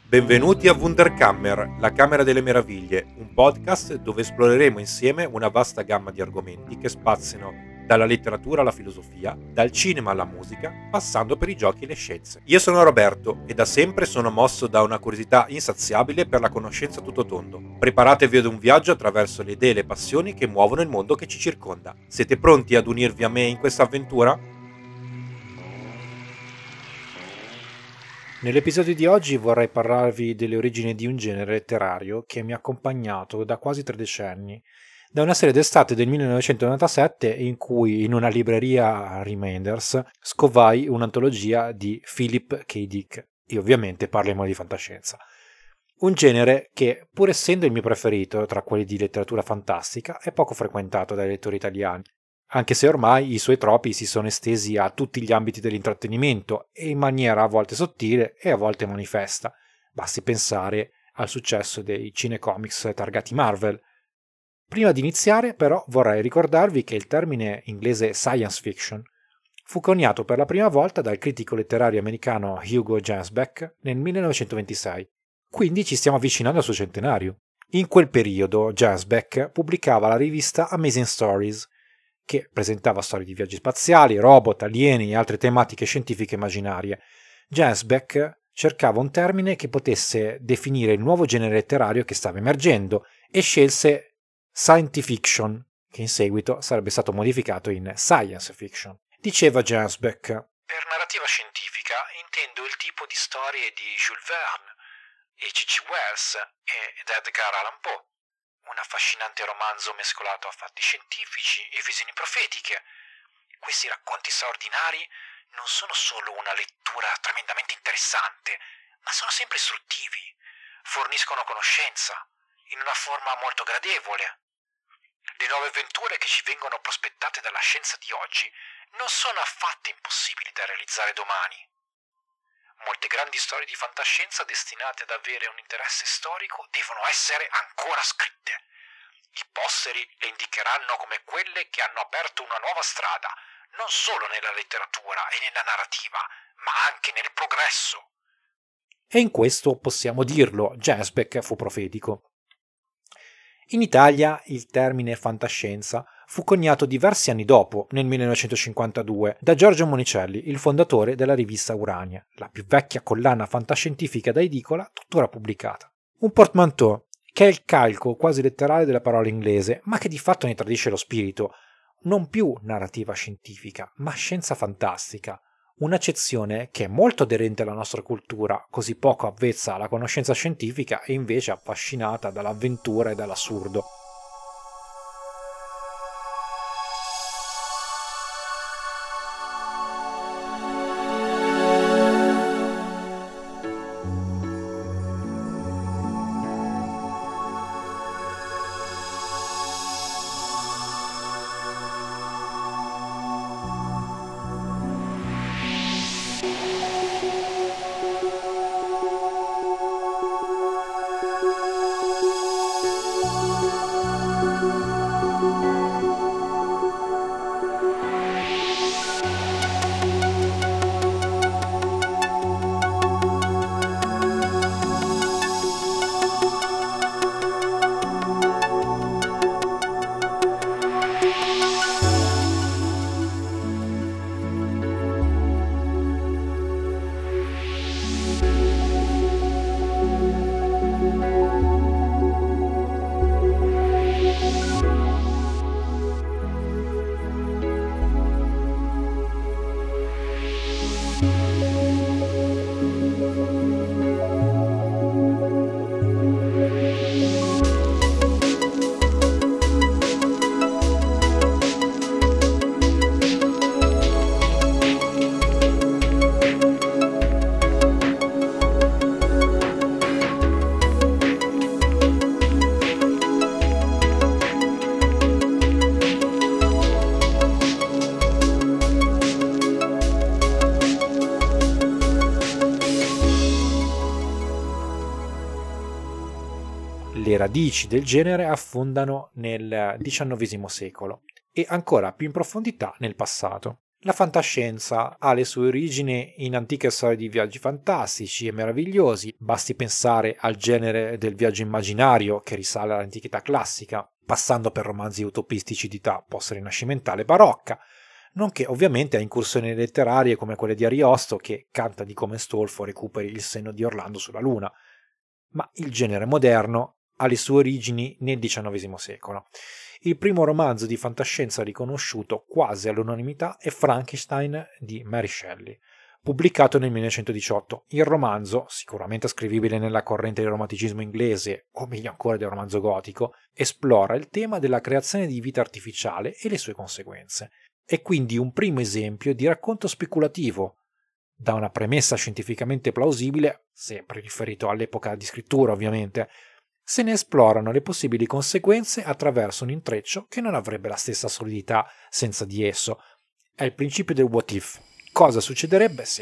Benvenuti a Wunderkammer, la Camera delle Meraviglie, un podcast dove esploreremo insieme una vasta gamma di argomenti che spaziano dalla letteratura alla filosofia, dal cinema alla musica, passando per i giochi e le scienze. Io sono Roberto e da sempre sono mosso da una curiosità insaziabile per la conoscenza tuttotondo. Preparatevi ad un viaggio attraverso le idee e le passioni che muovono il mondo che ci circonda. Siete pronti ad unirvi a me in questa avventura? Nell'episodio di oggi vorrei parlarvi delle origini di un genere letterario che mi ha accompagnato da quasi 3 decenni, da una serie d'estate del 1997 in cui in una libreria a Reminders scovai un'antologia di Philip K. Dick, e ovviamente parliamo di fantascienza. Un genere che, pur essendo il mio preferito tra quelli di letteratura fantastica, è poco frequentato dai lettori italiani, anche se ormai i suoi tropi si sono estesi a tutti gli ambiti dell'intrattenimento e in maniera a volte sottile e a volte manifesta. Basti pensare al successo dei cinecomics targati Marvel. Prima di iniziare, però, vorrei ricordarvi che il termine inglese science fiction fu coniato per la prima volta dal critico letterario americano Hugo Gernsback nel 1926. Quindi ci stiamo avvicinando al suo centenario. In quel periodo Gernsback pubblicava la rivista Amazing Stories, che presentava storie di viaggi spaziali, robot, alieni e altre tematiche scientifiche immaginarie. Gernsback cercava un termine che potesse definire il nuovo genere letterario che stava emergendo e scelse science fiction, che in seguito sarebbe stato modificato in science fiction. Diceva Gernsback: per narrativa scientifica intendo il tipo di storie di Jules Verne, H.G. Wells ed Edgar Allan Poe. Un affascinante romanzo mescolato a fatti scientifici e visioni profetiche. Questi racconti straordinari non sono solo una lettura tremendamente interessante, ma sono sempre istruttivi. Forniscono conoscenza, in una forma molto gradevole. Le nuove avventure che ci vengono prospettate dalla scienza di oggi non sono affatto impossibili da realizzare domani. Molte grandi storie di fantascienza destinate ad avere un interesse storico devono essere ancora scritte. I posteri le indicheranno come quelle che hanno aperto una nuova strada, non solo nella letteratura e nella narrativa, ma anche nel progresso. E in questo possiamo dirlo, Gernsback fu profetico. In Italia il termine fantascienza fu coniato diversi anni dopo, nel 1952, da Giorgio Monicelli, il fondatore della rivista Urania, la più vecchia collana fantascientifica da edicola tuttora pubblicata. Un portmanteau che è il calco quasi letterale della parola inglese, ma che di fatto ne tradisce lo spirito. Non più narrativa scientifica, ma scienza fantastica. Un'accezione che è molto aderente alla nostra cultura, così poco avvezza alla conoscenza scientifica e invece affascinata dall'avventura e dall'assurdo. Le radici del genere affondano nel XIX secolo e ancora più in profondità nel passato. La fantascienza ha le sue origini in antiche storie di viaggi fantastici e meravigliosi, basti pensare al genere del viaggio immaginario che risale all'antichità classica, passando per romanzi utopistici di età post-rinascimentale barocca, nonché ovviamente a incursioni letterarie come quelle di Ariosto che canta di come Stolfo recuperi il senno di Orlando sulla Luna. Ma il genere moderno ha le sue origini nel XIX secolo. Il primo romanzo di fantascienza riconosciuto quasi all'unanimità è Frankenstein di Mary Shelley, pubblicato nel 1918. Il romanzo, sicuramente ascrivibile nella corrente del romanticismo inglese, o meglio ancora del romanzo gotico, esplora il tema della creazione di vita artificiale e le sue conseguenze. È quindi un primo esempio di racconto speculativo, da una premessa scientificamente plausibile, sempre riferito all'epoca di scrittura ovviamente, se ne esplorano le possibili conseguenze attraverso un intreccio che non avrebbe la stessa solidità senza di esso. È il principio del what if. Cosa succederebbe se?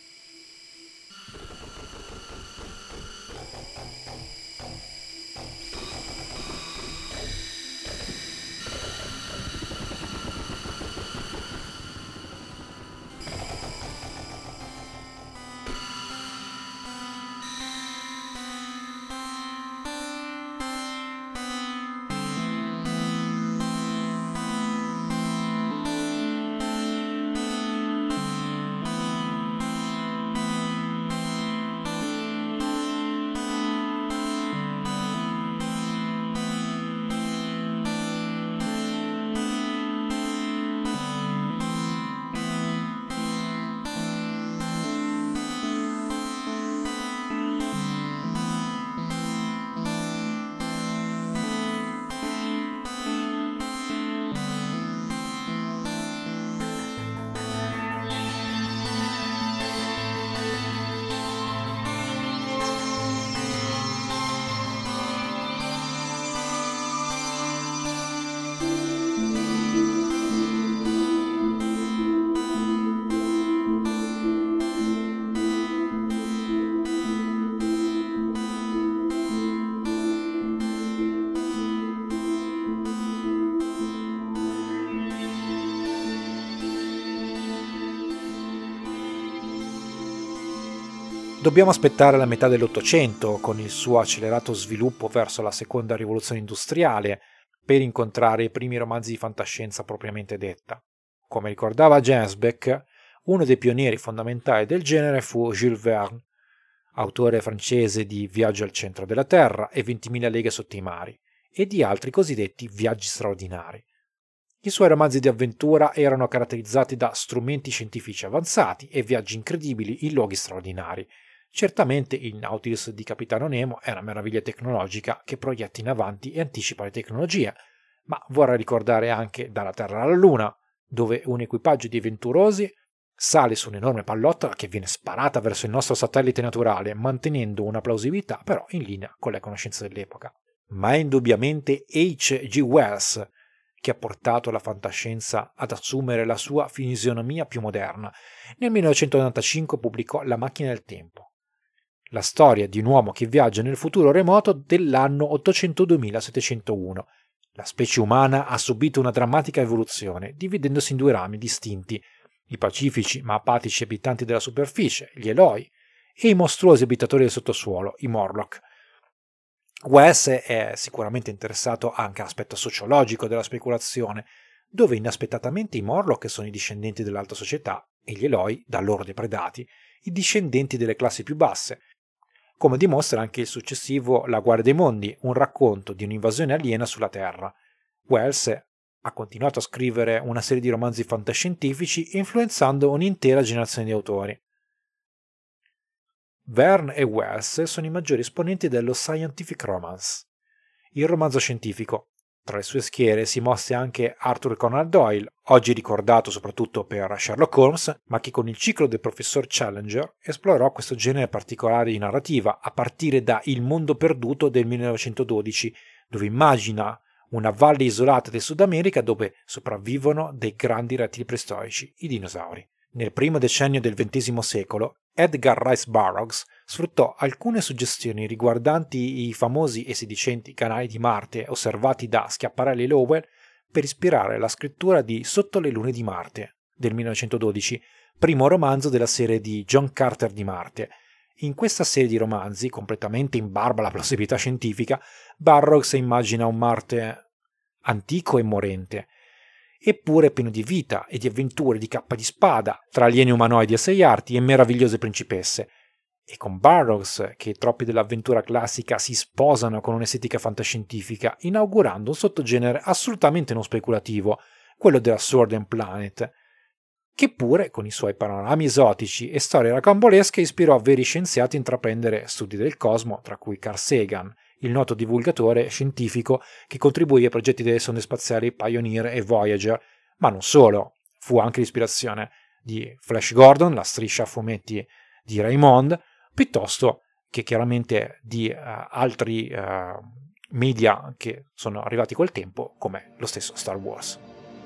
Dobbiamo aspettare la metà dell'Ottocento, con il suo accelerato sviluppo verso la seconda rivoluzione industriale, per incontrare i primi romanzi di fantascienza propriamente detta. Come ricordava Gainsbourg, uno dei pionieri fondamentali del genere fu Jules Verne, autore francese di Viaggio al centro della Terra e 20.000 leghe sotto i mari, e di altri cosiddetti viaggi straordinari. I suoi romanzi di avventura erano caratterizzati da strumenti scientifici avanzati e viaggi incredibili in luoghi straordinari. Certamente il Nautilus di Capitano Nemo è una meraviglia tecnologica che proietta in avanti e anticipa le tecnologie, ma vorrei ricordare anche Dalla Terra alla Luna, dove un equipaggio di avventurosi sale su un'enorme pallottola che viene sparata verso il nostro satellite naturale, mantenendo una plausibilità però in linea con le conoscenze dell'epoca. Ma è indubbiamente H.G. Wells che ha portato la fantascienza ad assumere la sua fisionomia più moderna. Nel 1995 pubblicò La macchina del tempo, la storia di un uomo che viaggia nel futuro remoto dell'anno 802.701. La specie umana ha subito una drammatica evoluzione, dividendosi in due rami distinti: i pacifici ma apatici abitanti della superficie, gli Eloi, e i mostruosi abitatori del sottosuolo, i Morlock. Wells è sicuramente interessato anche all'aspetto sociologico della speculazione, dove inaspettatamente i Morlock sono i discendenti dell'alta società e gli Eloi, da loro depredati, i discendenti delle classi più basse, come dimostra anche il successivo La Guerra dei Mondi, un racconto di un'invasione aliena sulla Terra. Wells ha continuato a scrivere una serie di romanzi fantascientifici influenzando un'intera generazione di autori. Verne e Wells sono i maggiori esponenti dello scientific romance, il romanzo scientifico. Tra le sue schiere si mostra anche Arthur Conan Doyle, oggi ricordato soprattutto per Sherlock Holmes, ma che con il ciclo del professor Challenger esplorò questo genere particolare di narrativa a partire da Il mondo perduto del 1912, dove immagina una valle isolata del Sud America dove sopravvivono dei grandi rettili preistorici, i dinosauri. Nel primo decennio del XX secolo, Edgar Rice Burroughs sfruttò alcune suggestioni riguardanti i famosi e sedicenti canali di Marte osservati da Schiaparelli e Lowell per ispirare la scrittura di Sotto le lune di Marte, del 1912, primo romanzo della serie di John Carter di Marte. In questa serie di romanzi, completamente in barba alla plausibilità scientifica, Burroughs immagina un Marte antico e morente, eppure pieno di vita e di avventure di cappa di spada, tra alieni umanoidi a sei arti e meravigliose principesse. E con Burroughs che i troppi dell'avventura classica si sposano con un'estetica fantascientifica, inaugurando un sottogenere assolutamente non speculativo, quello della Sword and Planet, che pure, con i suoi panorami esotici e storie rocambolesche, ispirò veri scienziati a intraprendere studi del cosmo, tra cui Carl Sagan, il noto divulgatore scientifico che contribuì ai progetti delle sonde spaziali Pioneer e Voyager, ma non solo, fu anche l'ispirazione di Flash Gordon, la striscia a fumetti di Raymond, piuttosto che chiaramente di altri media che sono arrivati col tempo, come lo stesso Star Wars.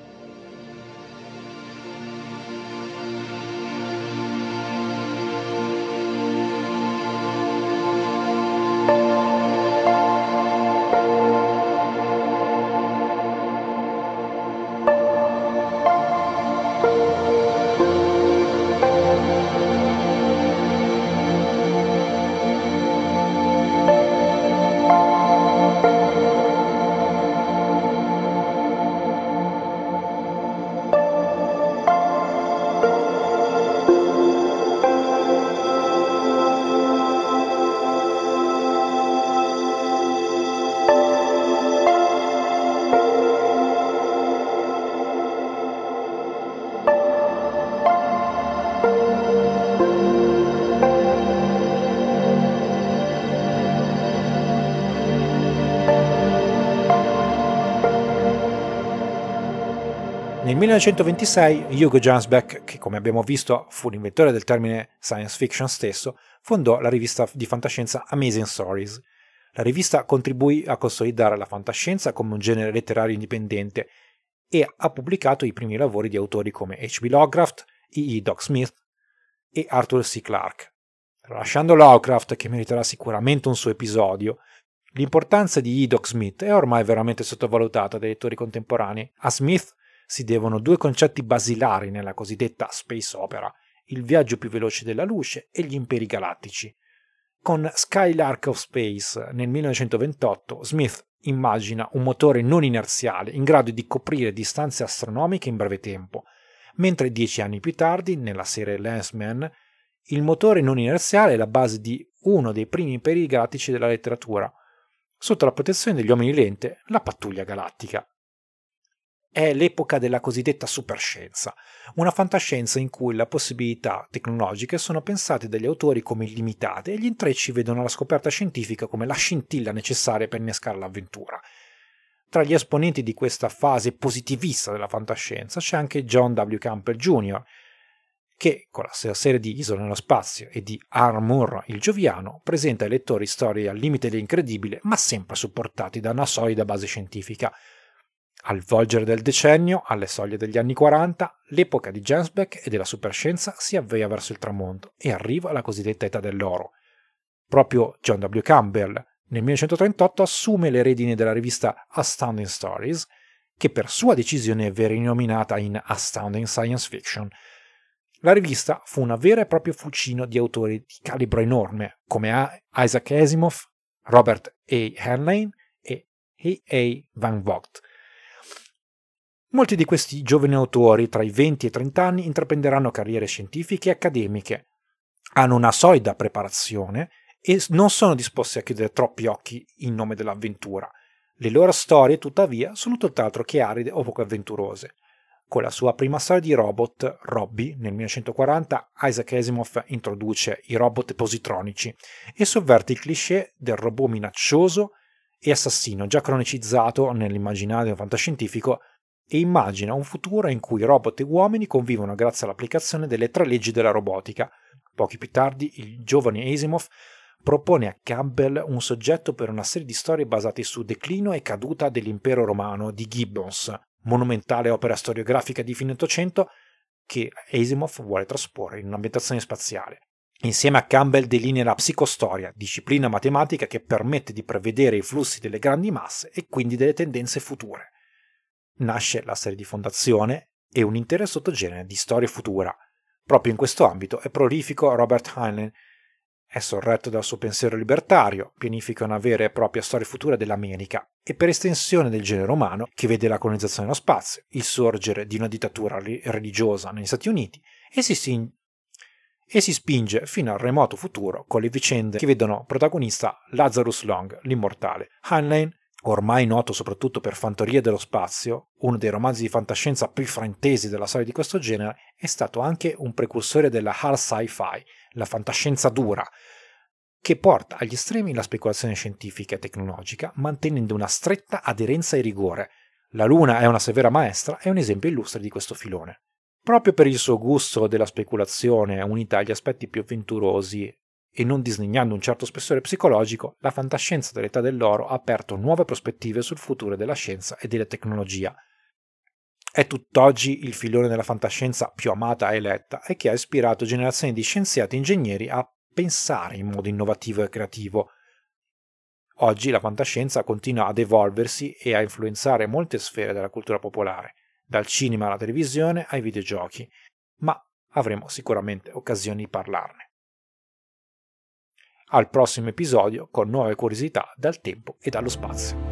Nel 1926 Hugo Gernsback, che come abbiamo visto fu l'inventore del termine science fiction stesso, fondò la rivista di fantascienza Amazing Stories. La rivista contribuì a consolidare la fantascienza come un genere letterario indipendente e ha pubblicato i primi lavori di autori come H.P. Lovecraft, E. Doc Smith e Arthur C. Clarke. Lasciando Lovecraft, che meriterà sicuramente un suo episodio, l'importanza di E. Doc Smith è ormai veramente sottovalutata dai lettori contemporanei. A Smith si devono due concetti basilari nella cosiddetta space opera, il viaggio più veloce della luce e gli imperi galattici. Con Skylark of Space nel 1928 Smith immagina un motore non inerziale in grado di coprire distanze astronomiche in breve tempo, mentre 10 anni più tardi, nella serie Landsman, il motore non inerziale è la base di uno dei primi imperi galattici della letteratura, sotto la protezione degli uomini lente, la pattuglia galattica. È l'epoca della cosiddetta superscienza, una fantascienza in cui le possibilità tecnologiche sono pensate dagli autori come illimitate e gli intrecci vedono la scoperta scientifica come la scintilla necessaria per innescare l'avventura. Tra gli esponenti di questa fase positivista della fantascienza c'è anche John W. Campbell Jr., che, con la sua serie di Isole nello spazio e di Armour il Gioviano, presenta ai lettori storie al limite dell'incredibile, ma sempre supportati da una solida base scientifica. Al volgere del decennio, alle soglie degli anni 40, l'epoca di Gernsback e della superscienza si avvia verso il tramonto e arriva la cosiddetta età dell'oro. Proprio John W. Campbell, nel 1938, assume le redini della rivista Astounding Stories, che per sua decisione venne rinominata in Astounding Science Fiction. La rivista fu una vera e propria fucino di autori di calibro enorme, come Isaac Asimov, Robert A. Heinlein e A. Van Vogt. Molti di questi giovani autori, tra i 20 e i 30 anni, intraprenderanno carriere scientifiche e accademiche, hanno una solida preparazione e non sono disposti a chiudere troppi occhi in nome dell'avventura. Le loro storie, tuttavia, sono tutt'altro che aride o poco avventurose. Con la sua prima storia di robot, Robbie, nel 1940, Isaac Asimov introduce i robot positronici e sovverte il cliché del robot minaccioso e assassino, già cronicizzato nell'immaginario fantascientifico, e immagina un futuro in cui robot e uomini convivono grazie all'applicazione delle 3 leggi della robotica. Pochi più tardi, il giovane Asimov propone a Campbell un soggetto per una serie di storie basate su declino e caduta dell'impero romano di Gibbons, monumentale opera storiografica di fine Ottocento che Asimov vuole trasporre in un'ambientazione spaziale. Insieme a Campbell delinea la psicostoria, disciplina matematica che permette di prevedere i flussi delle grandi masse e quindi delle tendenze future. Nasce la serie di fondazione e un intero sottogenere di storia futura. Proprio in questo ambito è prolifico Robert Heinlein. È sorretto dal suo pensiero libertario, pianifica una vera e propria storia futura dell'America e per estensione del genere umano, che vede la colonizzazione dello spazio, il sorgere di una dittatura religiosa negli Stati Uniti e si spinge fino al remoto futuro con le vicende che vedono protagonista Lazarus Long, l'immortale. Heinlein, ormai noto soprattutto per Fanteorie dello spazio, uno dei romanzi di fantascienza più fraintesi della storia di questo genere, è stato anche un precursore della hard sci-fi, la fantascienza dura, che porta agli estremi la speculazione scientifica e tecnologica, mantenendo una stretta aderenza e rigore. La Luna è una severa maestra è un esempio illustre di questo filone. Proprio per il suo gusto della speculazione unita agli aspetti più avventurosi e non disdegnando un certo spessore psicologico, la fantascienza dell'età dell'oro ha aperto nuove prospettive sul futuro della scienza e della tecnologia. È tutt'oggi il filone della fantascienza più amata e letta e che ha ispirato generazioni di scienziati e ingegneri a pensare in modo innovativo e creativo. Oggi la fantascienza continua ad evolversi e a influenzare molte sfere della cultura popolare, dal cinema alla televisione ai videogiochi, ma avremo sicuramente occasioni di parlarne. Al prossimo episodio con nuove curiosità dal tempo e dallo spazio.